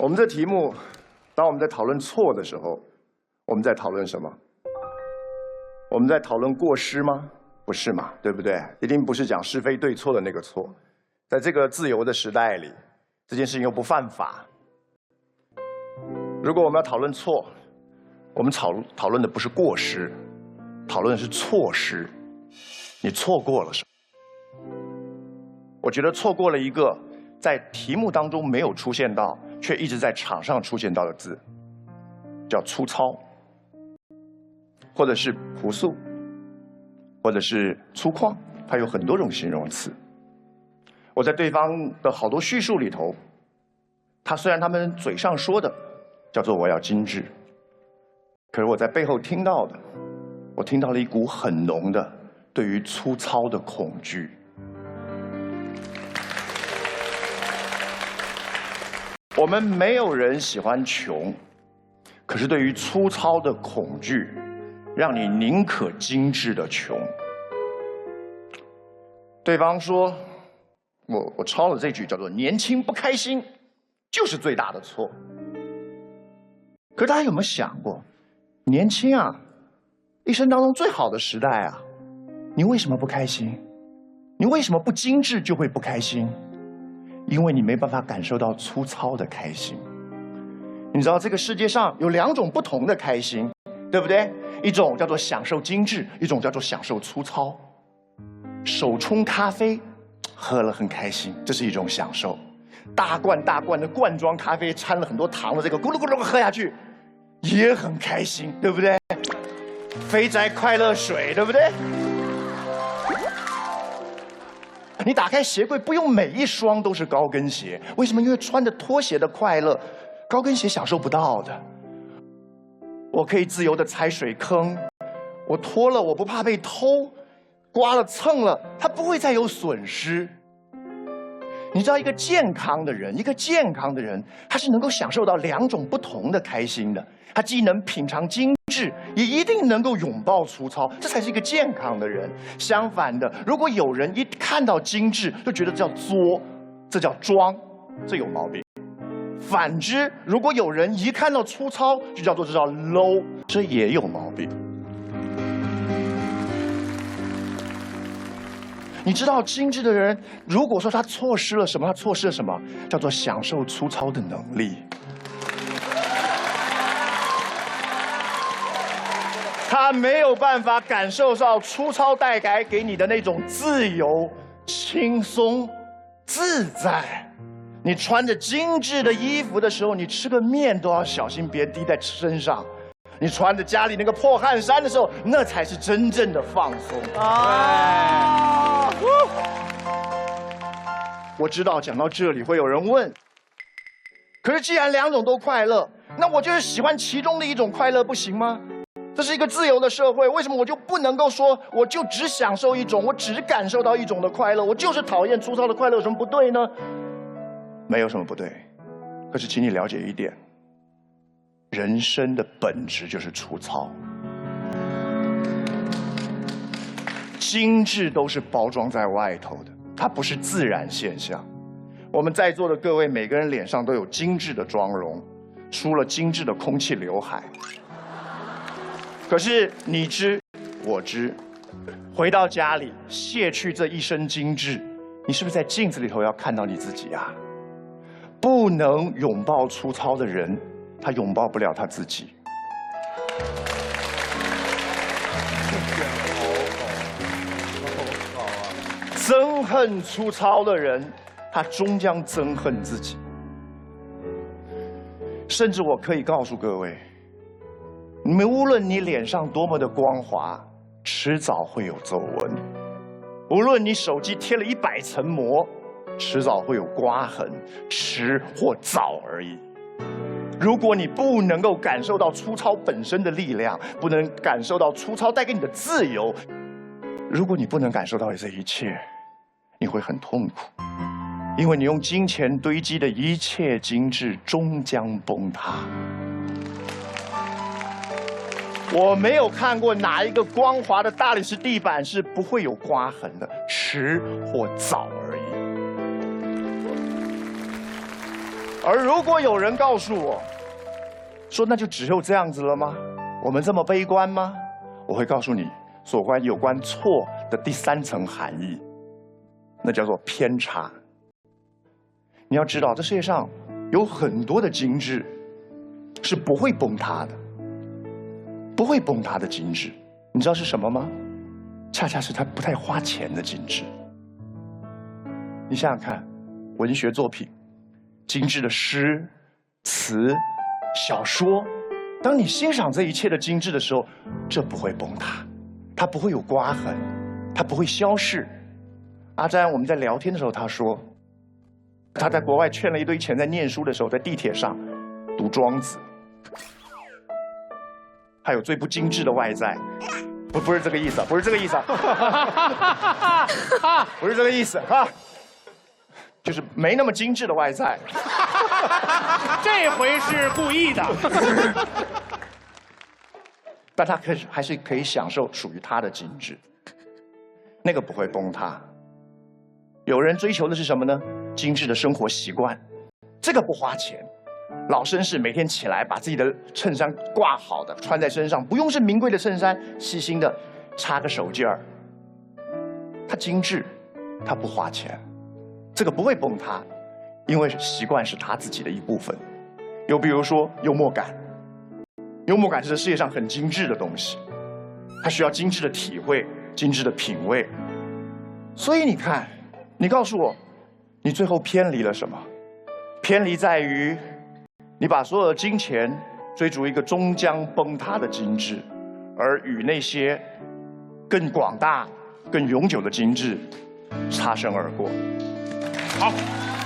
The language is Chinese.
我们这题目，当我们在讨论错的时候，我们在讨论什么？我们在讨论过失吗？不是嘛，对不对？一定不是讲是非对错的那个错。在这个自由的时代里，这件事情又不犯法。如果我们要讨论错，我们讨论的不是过失，讨论的是错失。你错过了什么？我觉得错过了一个在题目当中没有出现到，却一直在场上出现到的字，叫粗糙，或者是朴素，或者是粗犷，它有很多种形容词。我在对方的好多叙述里头，虽然他们嘴上说的叫做我要精致，可是我在背后听到的，我听到了一股很浓的对于粗糙的恐惧。我们没有人喜欢穷，可是对于粗糙的恐惧，让你宁可精致的穷。对方说，我抄了这句，叫做年轻不开心就是最大的错。可是大家有没有想过，年轻啊，一生当中最好的时代啊，你为什么不开心？你为什么不精致就会不开心？因为你没办法感受到粗糙的开心。你知道这个世界上有两种不同的开心，对不对？一种叫做享受精致，一种叫做享受粗糙。手冲咖啡，喝了很开心，这是一种享受。大罐大罐的罐装咖啡，掺了很多糖的这个咕噜咕噜喝下去，也很开心，对不对？肥宅快乐水，对不对？你打开鞋柜，不用每一双都是高跟鞋，为什么？因为穿着拖鞋的快乐，高跟鞋享受不到的。我可以自由的踩水坑，我脱了，我不怕被偷，刮了蹭了，它不会再有损失。你知道，一个健康的人，他是能够享受到两种不同的开心的。他既能品尝精致，也一定能够拥抱粗糙，这才是一个健康的人。相反的，如果有人一看到精致就觉得这叫作，这叫装，这有毛病。反之，如果有人一看到粗糙就叫做这叫 low， 这也有毛病。你知道精致的人，如果说他错失了什么，叫做享受粗糙的能力。他没有办法感受到粗糙带给你的那种自由、轻松、自在。你穿着精致的衣服的时候，你吃个面都要小心别滴在身上。你穿着家里那个破汗衫的时候，那才是真正的放松啊！我知道讲到这里会有人问，可是既然两种都快乐，那我就是喜欢其中的一种快乐，不行吗？这是一个自由的社会，为什么我就不能够说，我就只享受一种，我只感受到一种的快乐，我就是讨厌粗糙的快乐，有什么不对呢？没有什么不对，可是请你了解一点，人生的本质就是粗糙，精致都是包装在外头的，它不是自然现象。我们在座的各位，每个人脸上都有精致的妆容，梳了精致的空气刘海。可是你知我知，回到家里卸去这一身精致，你是不是在镜子里头要看到你自己啊？不能拥抱粗糙的人，他拥抱不了他自己。憎恨粗糙的人，他终将憎恨自己。甚至我可以告诉各位，无论你脸上多么的光滑，迟早会有皱纹；无论你手机贴了100层膜，迟早会有刮痕，迟或早而已。如果你不能够感受到粗糙本身的力量，不能感受到粗糙带给你的自由，如果你不能感受到这一切，你会很痛苦，因为你用金钱堆积的一切精致终将崩塌。我没有看过哪一个光滑的大理石地板是不会有刮痕的，迟或早而已。 而如果有人告诉我，说那就只有这样子了吗？我们这么悲观吗？我会告诉你，有关错的第3层含义，那叫做偏差。你要知道，这世界上有很多的精致是不会崩塌的，不会崩塌的精致，你知道是什么吗？恰恰是它不太花钱的精致。你想想看，文学作品、精致的诗、词、小说，当你欣赏这一切的精致的时候，这不会崩塌，它不会有刮痕，它不会消逝。阿詹，我们在聊天的时候，他说，他在国外欠了一堆钱，在念书的时候，在地铁上读《庄子》，还有最不精致的外在，不是这个意思，不是这个意思，不是这个意思啊，就是没那么精致的外在。 这回是故意的。 但他还是可以享受属于他的精致，那个不会崩塌。有人追求的是什么呢？精致的生活习惯，这个不花钱。老绅士每天起来把自己的衬衫挂好的穿在身上，不用是名贵的衬衫，细心的插个手绢儿。他精致，他不花钱，这个不会崩塌，因为习惯是他自己的一部分。又比如说幽默感。幽默感是这世界上很精致的东西，它需要精致的体会、精致的品味。所以你看，你告诉我，你最后偏离了什么？偏离在于，你把所有的金钱追逐一个终将崩塌的精致，而与那些更广大、更永久的精致擦身而过。 好。